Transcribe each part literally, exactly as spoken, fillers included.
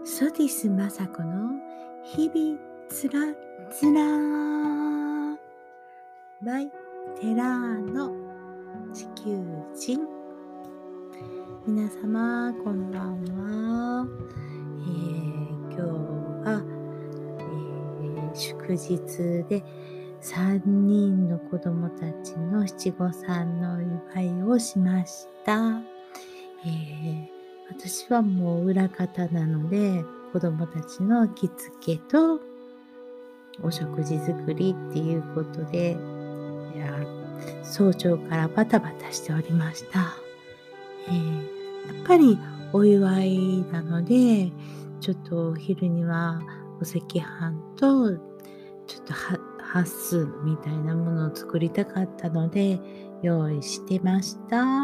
ソディス雅子の日々つらつらバイテラーの地球人。皆様こんばんは。えー、今日は、えー、祝日でさんにんの子供たちの七五三の祝いをしました。えー、私はもう裏方なので、子供たちの着付けとお食事作りっていうことで、いや早朝からバタバタしておりました。えー、やっぱりお祝いなので、ちょっとお昼にはお赤飯とちょっとはハッスみたいなものを作りたかったので用意してました。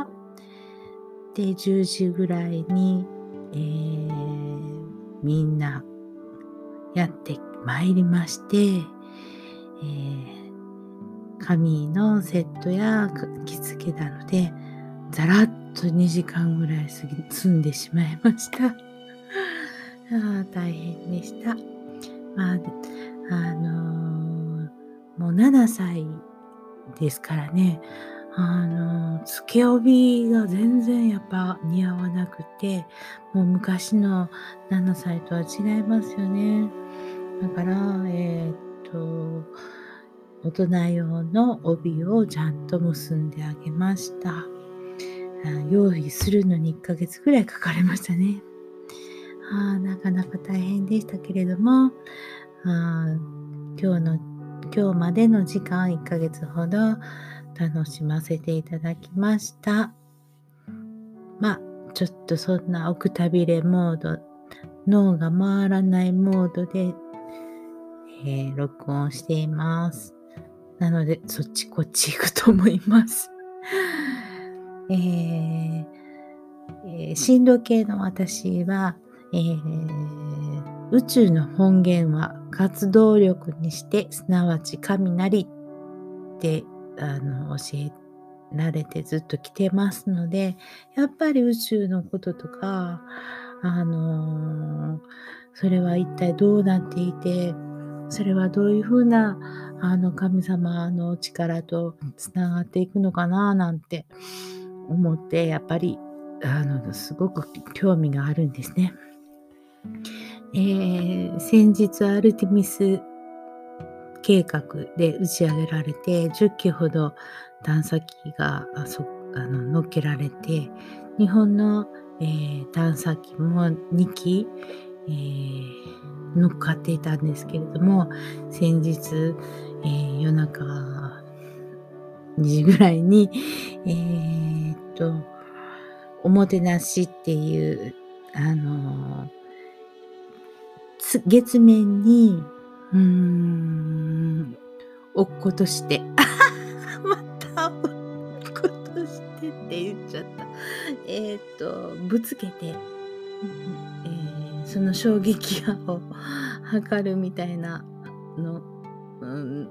で、じゅうじぐらいに、えー、みんなやってまいりまして、えー、髪のセットや着付けなので、ざらっとにじかんぐらい過ぎ済んでしまいました。ああ、大変でした。まあ、あのー、もうななさいですからね、あの、つけ帯が全然やっぱ似合わなくて、もう昔のななさいとは違いますよね。だから、えーっと、大人用の帯をちゃんと結んであげました。用意するのにいっかげつぐらいかかりましたね。あなかなか大変でしたけれども、あ今日の今日までの時間いっかげつほど楽しませていただきました。まあ、ちょっとそんなおくたびれモード、脳が回らないモードで、えー、録音しています。なので、そっちこっち行くと思います。えーえー、進路系の私は、えー、宇宙の本源は活動力にして、すなわち雷ってあの教えられてずっと来てますので、やっぱり宇宙のこととか、あのー、それは一体どうなっていて、それはどういうふうなあの神様の力とつながっていくのかななんて思って、やっぱりあのすごく興味があるんですね。えー、先日アルテミス計画で打ち上げられてじゅっきほど探査機があそあの乗っけられて、日本の、えー、探査機もにき、えー、乗っかっていたんですけれども、先日、えー、夜中にじぐらいに、えー、っとおもてなしっていうあの月面にうーん落っことしてまた落っことしてって言っちゃった。えっとぶつけて、えー、その衝撃波を測るみたいなの、うん、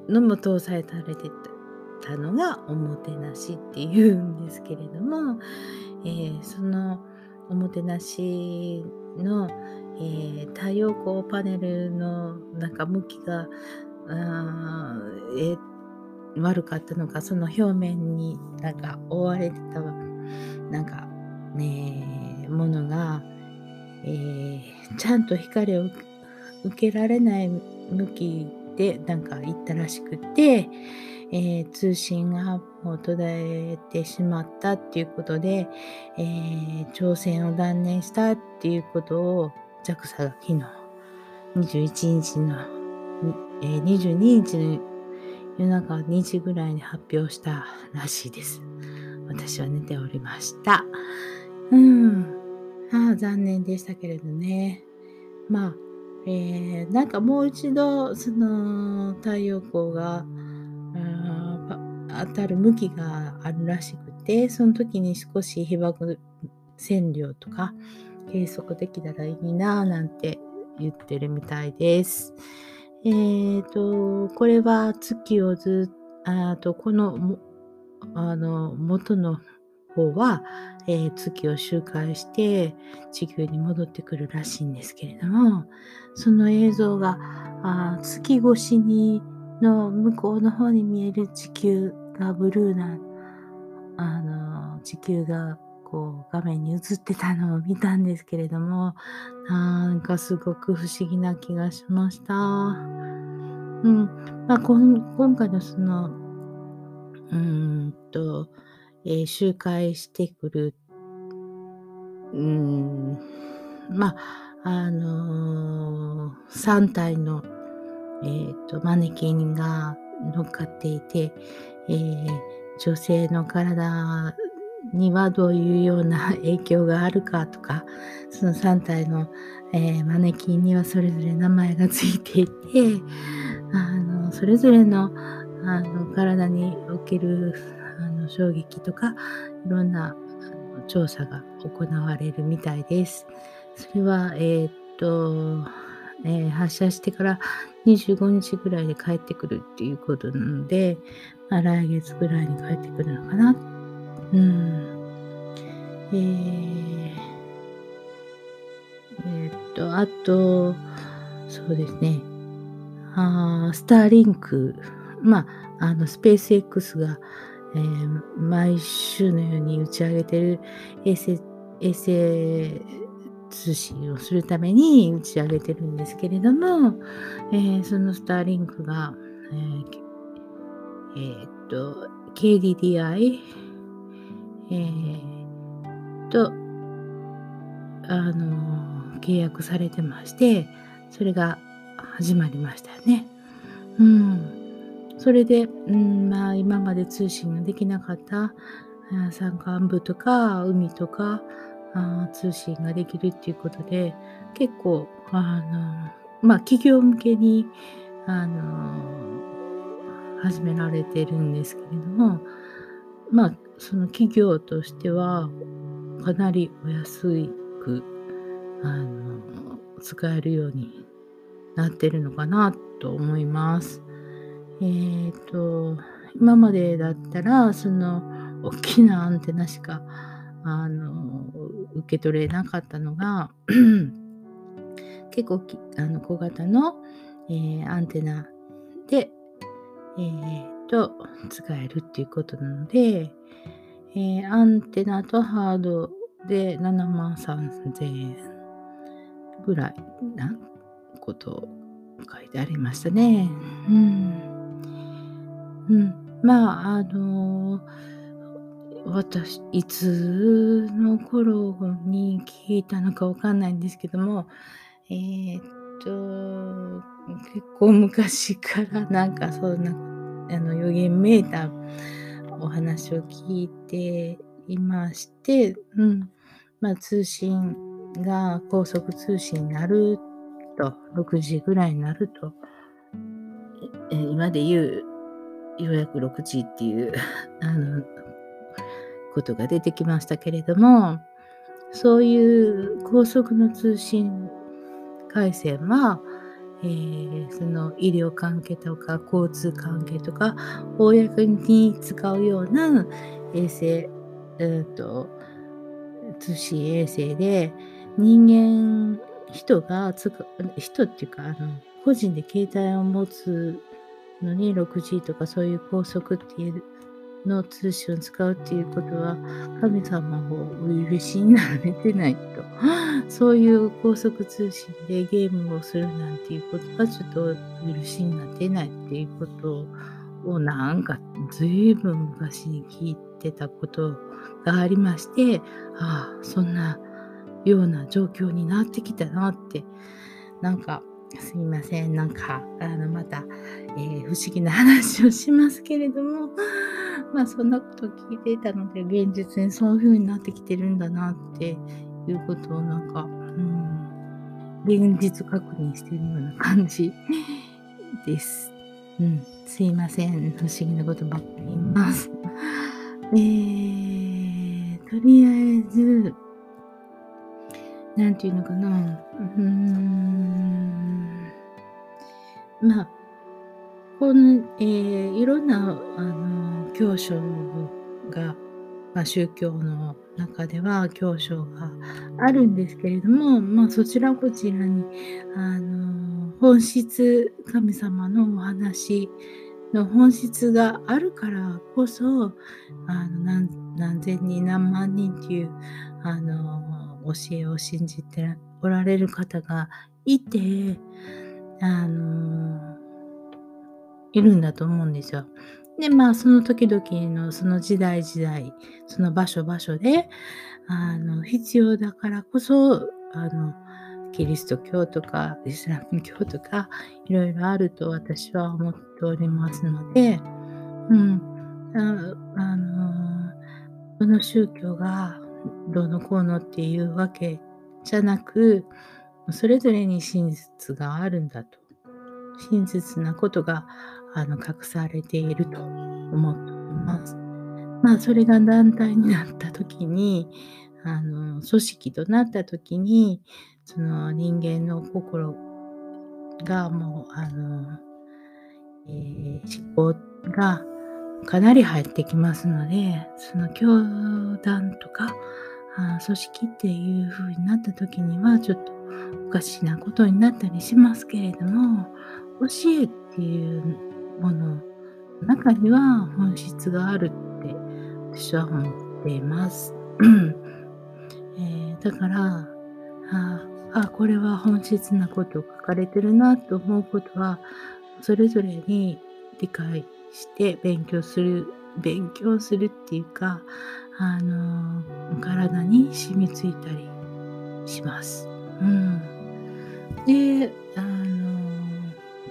のも搭載されてたのがおもてなしっていうんですけれども、えー、そのおもてなしの、えー、太陽光パネルのなんか向きがあー、えー悪かったのか、その表面になんか覆われてたなんかねものが、えー、ちゃんと光を受けられない向きでなんか行ったらしくて、えー、通信がもう途絶えてしまったっていうことで、えー、挑戦を断念したっていうことを ジャクサ が昨日にじゅういちにちの、えー、にじゅうににちの夜中にじぐらいに発表したらしいです。私は寝ておりました。うん。ああ、残念でしたけれどね。まあ、えー、なんかもう一度、その太陽光があ当たる向きがあるらしくて、その時に少し被爆線量とか計測できたらいいなぁなんて言ってるみたいです。えーと、これは月をずっと、あとこのも、あの、元の方は、えー月を周回して地球に戻ってくるらしいんですけれども、その映像が、あー月越しにの向こうの方に見える地球がブルーな、あの、地球がこう画面に映ってたのを見たんですけれども、なんかすごく不思議な気がしました。うん。まあ、こん今回のその、うーんと、えー周回してくる、うーん、まあ、あの、さん体の、えっと、マネキンが乗っかっていて、えー女性の体にはどういうような影響があるかとか、そのさん体の、えーマネキンにはそれぞれ名前がついていて、あの、それぞれの、あの、体における、あの、衝撃とか、いろんな、あの、調査が行われるみたいです。それは、えーっと、えー発射してからにじゅうごにちぐらいで帰ってくるっていうことなので、まあ、来月ぐらいに帰ってくるのかな。うん。えーえーっと、あと、そうですね。あースターリンク、まあ、あの、スペース X が、えー毎週のように打ち上げてる衛星衛星通信をするために打ち上げてるんですけれども、えーそのスターリンクが、えーえーっと、ケーディーディーアイ、えーと、あの、契約されてまして、それが始まりましたよね。うん。それで、うん、まあ、今まで通信ができなかった、あー山間部とか海とか、あー通信ができるっていうことで、結構、あの、まあ、企業向けに、あの、始められてるんですけれども、まあ、その企業としては、かなりお安く、あの、使えるようになってるのかなと思います。えっと、今までだったら、その、大きなアンテナしか、あの、受け取れなかったのが、結構きあの、小型の、えーアンテナで、えーと、使えるっていうことなので、えーアンテナとハードでななまんさんぜんえんぐらいなこと書いてありましたね。うん。うん。まあ、あの、私、いつの頃に聞いたのかわかんないんですけども、えーっと、結構昔からなんかそんな、あの、予言めいたお話を聞いていまして、うん。まあ、通信が高速通信になると、ろくじぐらいになると、え、今で言うようやくろくじっていうあの、ことが出てきましたけれども、そういう高速の通信回線は、えーその医療関係とか交通関係とか、公に使うような衛星、えっと、通信衛星で、人間人がつか人っていうか、あの、個人で携帯を持つのに ろくジー とかそういう高速っていうの通信を使うっていうことは、神様をお許しになられてないと。そういう高速通信でゲームをするなんていうことはちょっとお許しになってないっていうことをなんかずいぶん昔に聞いてたことがありまして、ああ、そんなような状況になってきたなって、なんかすみません、なんかあのまた、えー不思議な話をしますけれども、まあそんなことを聞いていたので、現実にそういう風になってきてるんだなっていうことをなんか、うん、現実確認しているような感じです。うん、すいません、不思議なことばっかり言います。えー、とりあえず、なんていうのかな、うーん、まあ、この、えーいろんな、あの、教書が、 まあ、宗教の中では教章があるんですけれども、まあ、そちらこちらにあの本質、神様のお話の本質があるからこそ、あの何何千人何万人っていうあの教えを信じておられる方がいて、あのいるんだと思うんですよ。で、まあ、その時々のその時代時代、その場所場所で、あの、必要だからこそ、あの、キリスト教とかイスラム教とか、いろいろあると私は思っておりますので、うん。ああの、その宗教がどうのこうのっていうわけじゃなく、それぞれに真実があるんだと。真実なことがあの隠されていると思っております。まあ、それが団体になった時に、あの、組織となった時に、その人間の心がもう、あの、えー思考がかなり入ってきますので、その教団とか、あ組織っていう風になった時には、ちょっとおかしなことになったりしますけれども、教えっていうものの中には本質があるって私は思っています。えーだから、ああ、これは本質なことを書かれてるなと思うことは、それぞれに理解して勉強する勉強するっていうか、あの、体に染みついたりします。うん。で、あの、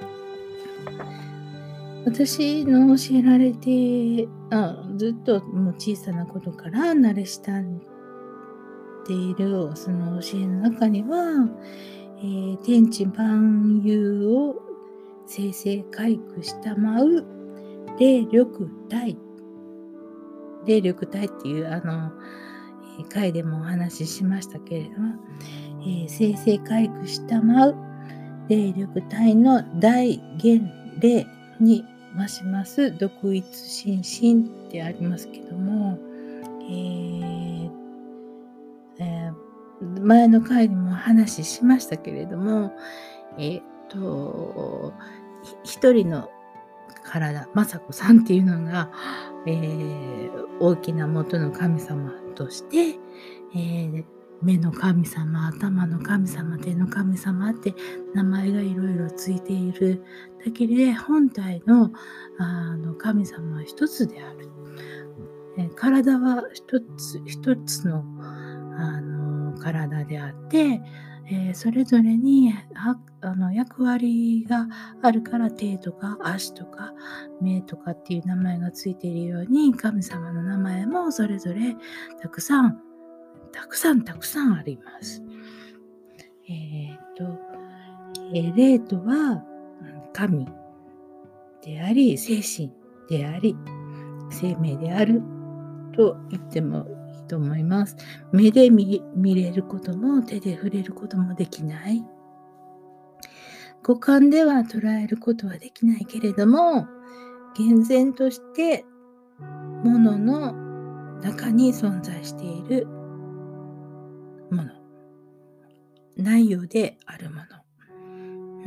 私の教えられて、あ、ずっともう小さなことから慣れ親んでいるその教えの中には、えー天地万有を生成回復したまう霊力体霊力体っていうあの、えー回でもお話ししましたけれども、えー生成回復したまう霊力体の大原霊に増します独一心身ってありますけども、えーえー前の回にも話しましたけれども、えーっと、ひ一人の体、雅子さんっていうのが、えー大きな元の神様として、えー目の神様、頭の神様、手の神様って名前がいろいろついているだけで、本体のあの神様は一つである。えー体は一つ一つのあの体であって、えーそれぞれにはあの役割があるから手とか足とか目とかっていう名前がついているように、神様の名前もそれぞれたくさんたくさんたくさんあります。えっ、と、えー霊とはうん神であり、精神であり、生命であると言ってもいいと思います。目で見見れることも手で触れることもできない。五感では捉えることはできないけれども、厳然として物の中に存在しているもの、内容であるもの。うん、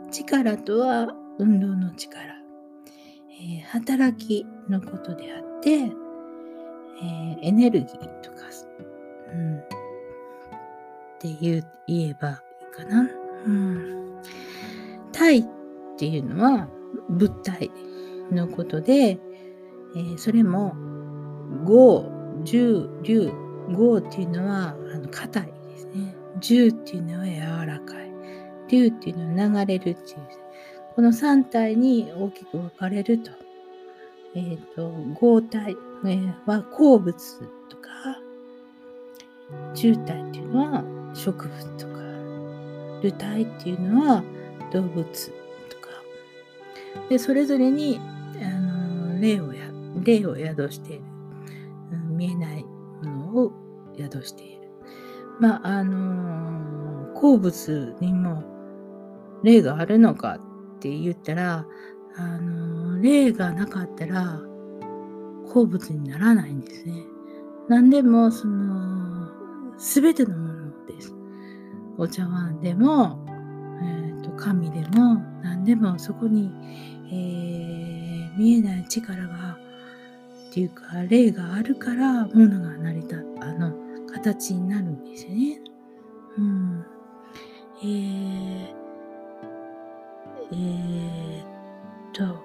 力とは運動の力、えー働きのことであって、えーエネルギーとか、うん、って言う言えばいいかな。うん、体っていうのは物体のことで、えーそれも剛、柔、流、剛っていうのはあの硬いですね。柔っていうのは柔らかい。流っていうのは流れるっていう。このさん体に大きく分かれると。えっ、と、剛体、えーは鉱物とか、中体っていうのは植物とか、流体っていうのは動物とか。で、それぞれに、あの、霊をや、霊を宿している。うん、見えないものを宿している。まあ、あの、鉱物にも霊があるのかって言ったら、あの、霊がなかったら鉱物にならないんですね。何でもその全てのものです。お茶碗でも、えー、と紙でも何でもそこに、えー、見えない力がっていうか霊があるからものが成り立あの形になるんですよね。うん。えー、えー、っと、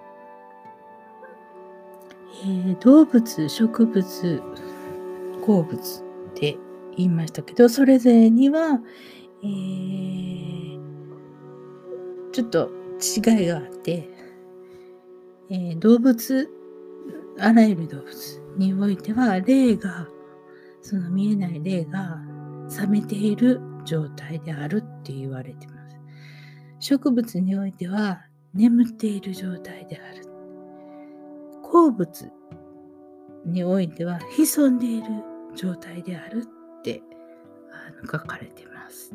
えー、動物、植物、鉱物って言いましたけど、それぞれには、えー、ちょっと違いがあって、えー、動物、あらゆる動物においては、霊が、その見えない霊が冷めている状態であるって言われてます。植物においては、眠っている状態である。鉱物においては潜んでいる状態であるってあの書かれてます。うん。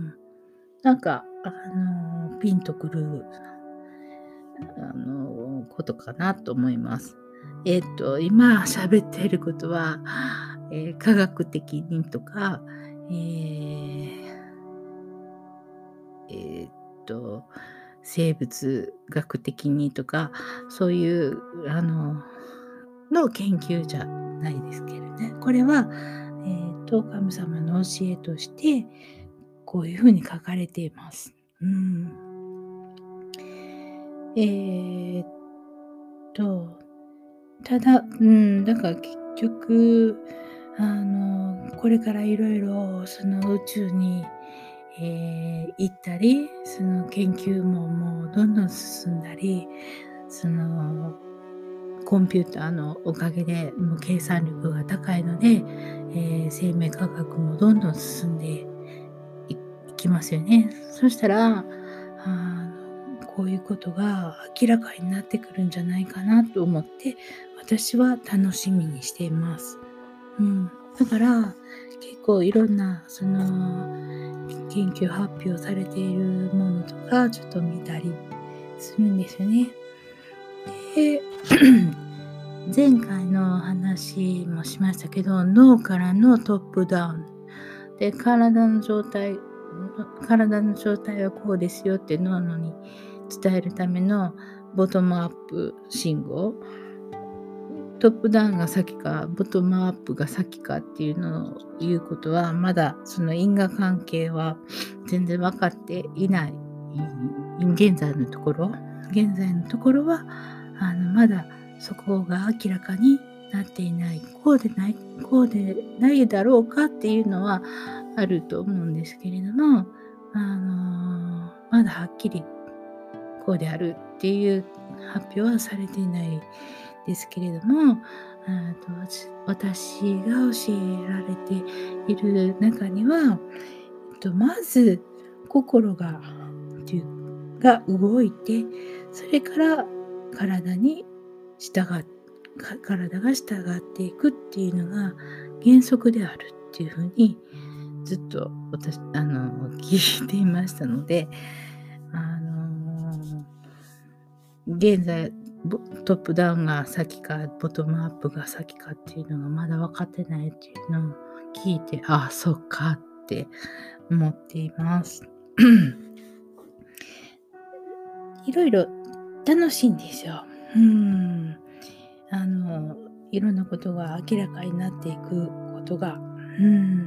なんか、あの、ピンとくる、あの、ことかなと思います。えっ、と、今喋っていることは、えー科学的にとか、えーえーっと、生物学的にとか、そういう、あの、の研究じゃないですけれどね。これは、えー、と神様の教えとして、こういうふうに書かれています。うん。えーっと、ただ、うん、だから結局、あの、これからいろいろその宇宙に、えー行ったり、その研究ももうどんどん進んだり、そのコンピューターのおかげでもう計算力が高いので、えー生命科学もどんどん進んでいいきますよね。そしたら、あの、こういうことが明らかになってくるんじゃないかなと思って、私は楽しみにしています。うん。だから、結構いろんな、その、研究発表されているものとか、ちょっと見たりするんですよね。で、前回の話もしましたけど、脳からのトップダウン。で、体の状態、体の状態はこうですよって脳に伝えるためのボトムアップ信号。トップダウンが先か、ボトムアップが先かっていうのを言うことは、まだその因果関係は全然分かっていない。現在のところ、現在のところは、あの、まだそこが明らかになっていない。こうでない、こうでないだろうかっていうのはあると思うんですけれども、あのまだはっきりこうであるっていう発表はされていないですけれども、あと私が教えられている中には、えっと、まず心がが動いて、それから体に従っ体が従っていくっていうのが原則であるっていうふうにずっと私あの聞いていましたので、あの現在トップダウンが先かボトムアップが先かっていうのがまだ分かってないっていうのを聞いて、ああそっかって思っています。いろいろ楽しいんですよ。うん。あの、いろんなことが明らかになっていくことが。うん。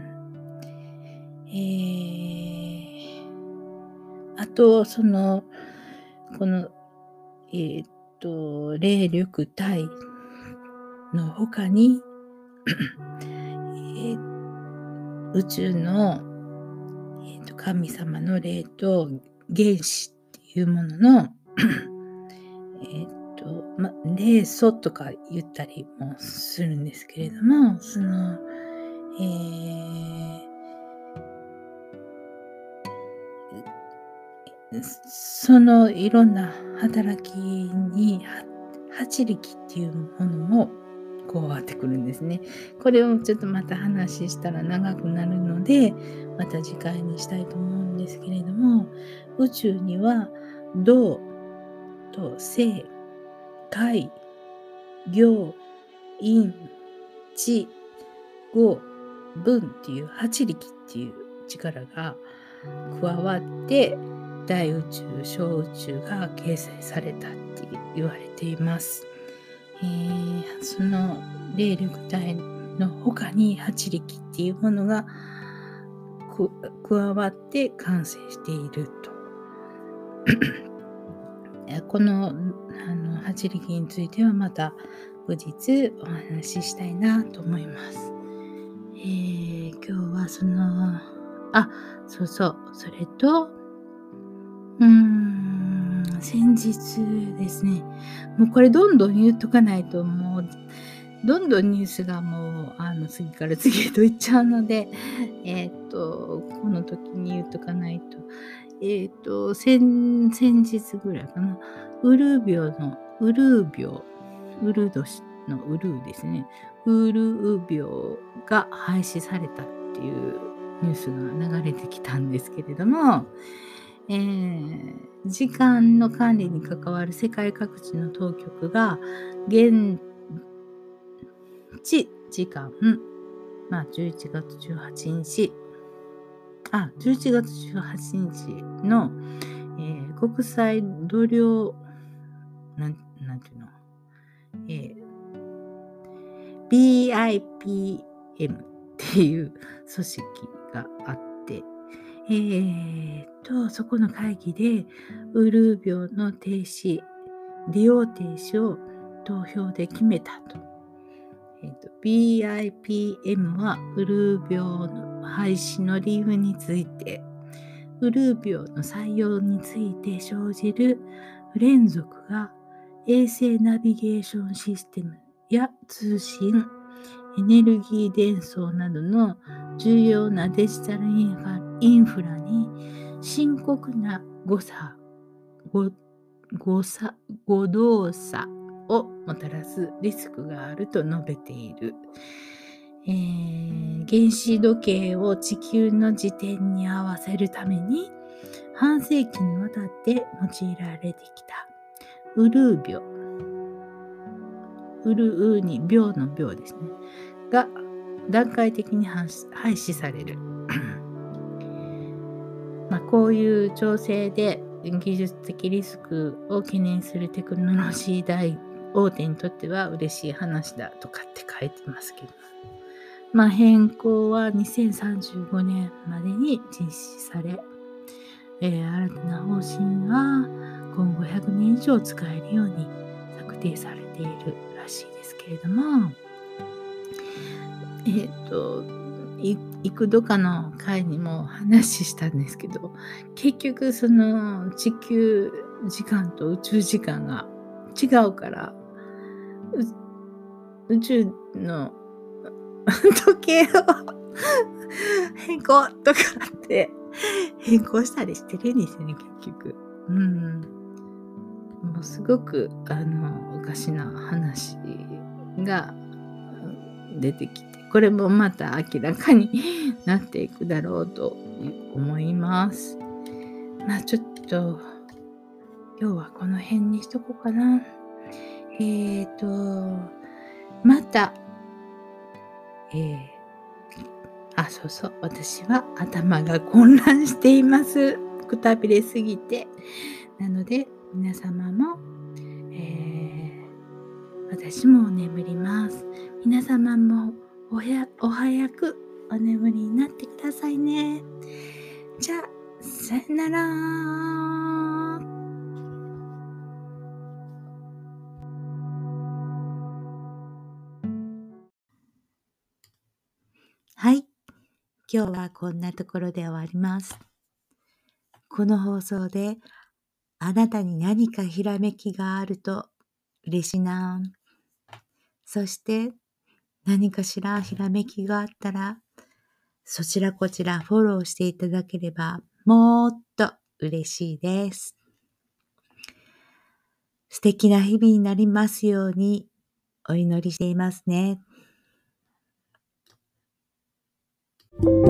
えー、あと、その、この、えーっと、霊力体の他に、えー宇宙の、えーっと神様の霊と原子っていうもののえーっと、ま、霊素とか言ったりもするんですけれども、その、えーそのいろんな働きに、は八力っていうものも加わってくるんですね。これをちょっとまた話したら長くなるので、また次回にしたいと思うんですけれども、宇宙には動と静、快行、陰、地、語、文っていう八力っていう力が加わって大宇宙、小宇宙が形成されたって言われています。えー、その霊力体の他に八力っていうものが加わって完成していると。この、あの八力についてはまた後日お話ししたいなと思います。えー、今日はそのあそうそうそれとうーん先日ですね、もうこれどんどん言っとかないともうどんどんニュースがもうあの次から次へといっちゃうので、えっとこの時に言っとかないと。えっと先先日ぐらいかな、ウルー病のウルー病、ウルー年のウルーですね。ウルー病が廃止されたっていうニュースが流れてきたんですけれども、えー、時間の管理に関わる世界各地の当局が現地時間、まあ、じゅういちがつじゅうはちにち、あ、じゅういちがつじゅうはちにちの、えー、国際度量、なん、なんていうの、えー、ビーアイピーエム っていう組織があって、えーと、そこの会議で、ウルー病の停止、利用停止を投票で決めたと。えーと、ビーアイピーエム はウルー病の廃止の理由について、ウルー病の採用について生じる不連続が衛星ナビゲーションシステムや通信、エネルギー伝送などの重要なデジタルインフラ、インフラに深刻な誤差、誤、誤差、誤動作をもたらすリスクがあると述べている。えー、原子時計を地球の自転に合わせるために半世紀にわたって用いられてきたウルー病、ウルーに病の病ですね、が段階的に廃止される。まあ、こういう調整で技術的リスクを懸念するテクノロジー大大手にとっては嬉しい話だとかって書いてますけど、まあ、変更はにせんさんじゅうごねんまでに実施され、えー、新たな方針は今後ひゃくねん以上使えるように策定されているらしいですけれども、えっと幾度かの回にも話したんですけど、結局その地球時間と宇宙時間が違うから、宇宙の時計を変更とかって変更したりしてるんですよね、結局。うん。もうすごくあのおかしな話が出てきて、これもまた明らかになっていくだろうと思います。まあちょっと今日はこの辺にしとこうかな。えーとまた、えー、あ、そうそう、私は頭が混乱しています。くたびれすぎて。なので皆様も、えー、私も眠ります。皆様もおやお早くお眠りになってくださいね。じゃあ、さよなら。はい。今日はこんなところで終わります。この放送であなたに何かひらめきがあると嬉しいな。そして何かしらひらめきがあったら、そちらこちらフォローしていただければもっと嬉しいです。素敵な日々になりますようにお祈りしていますね。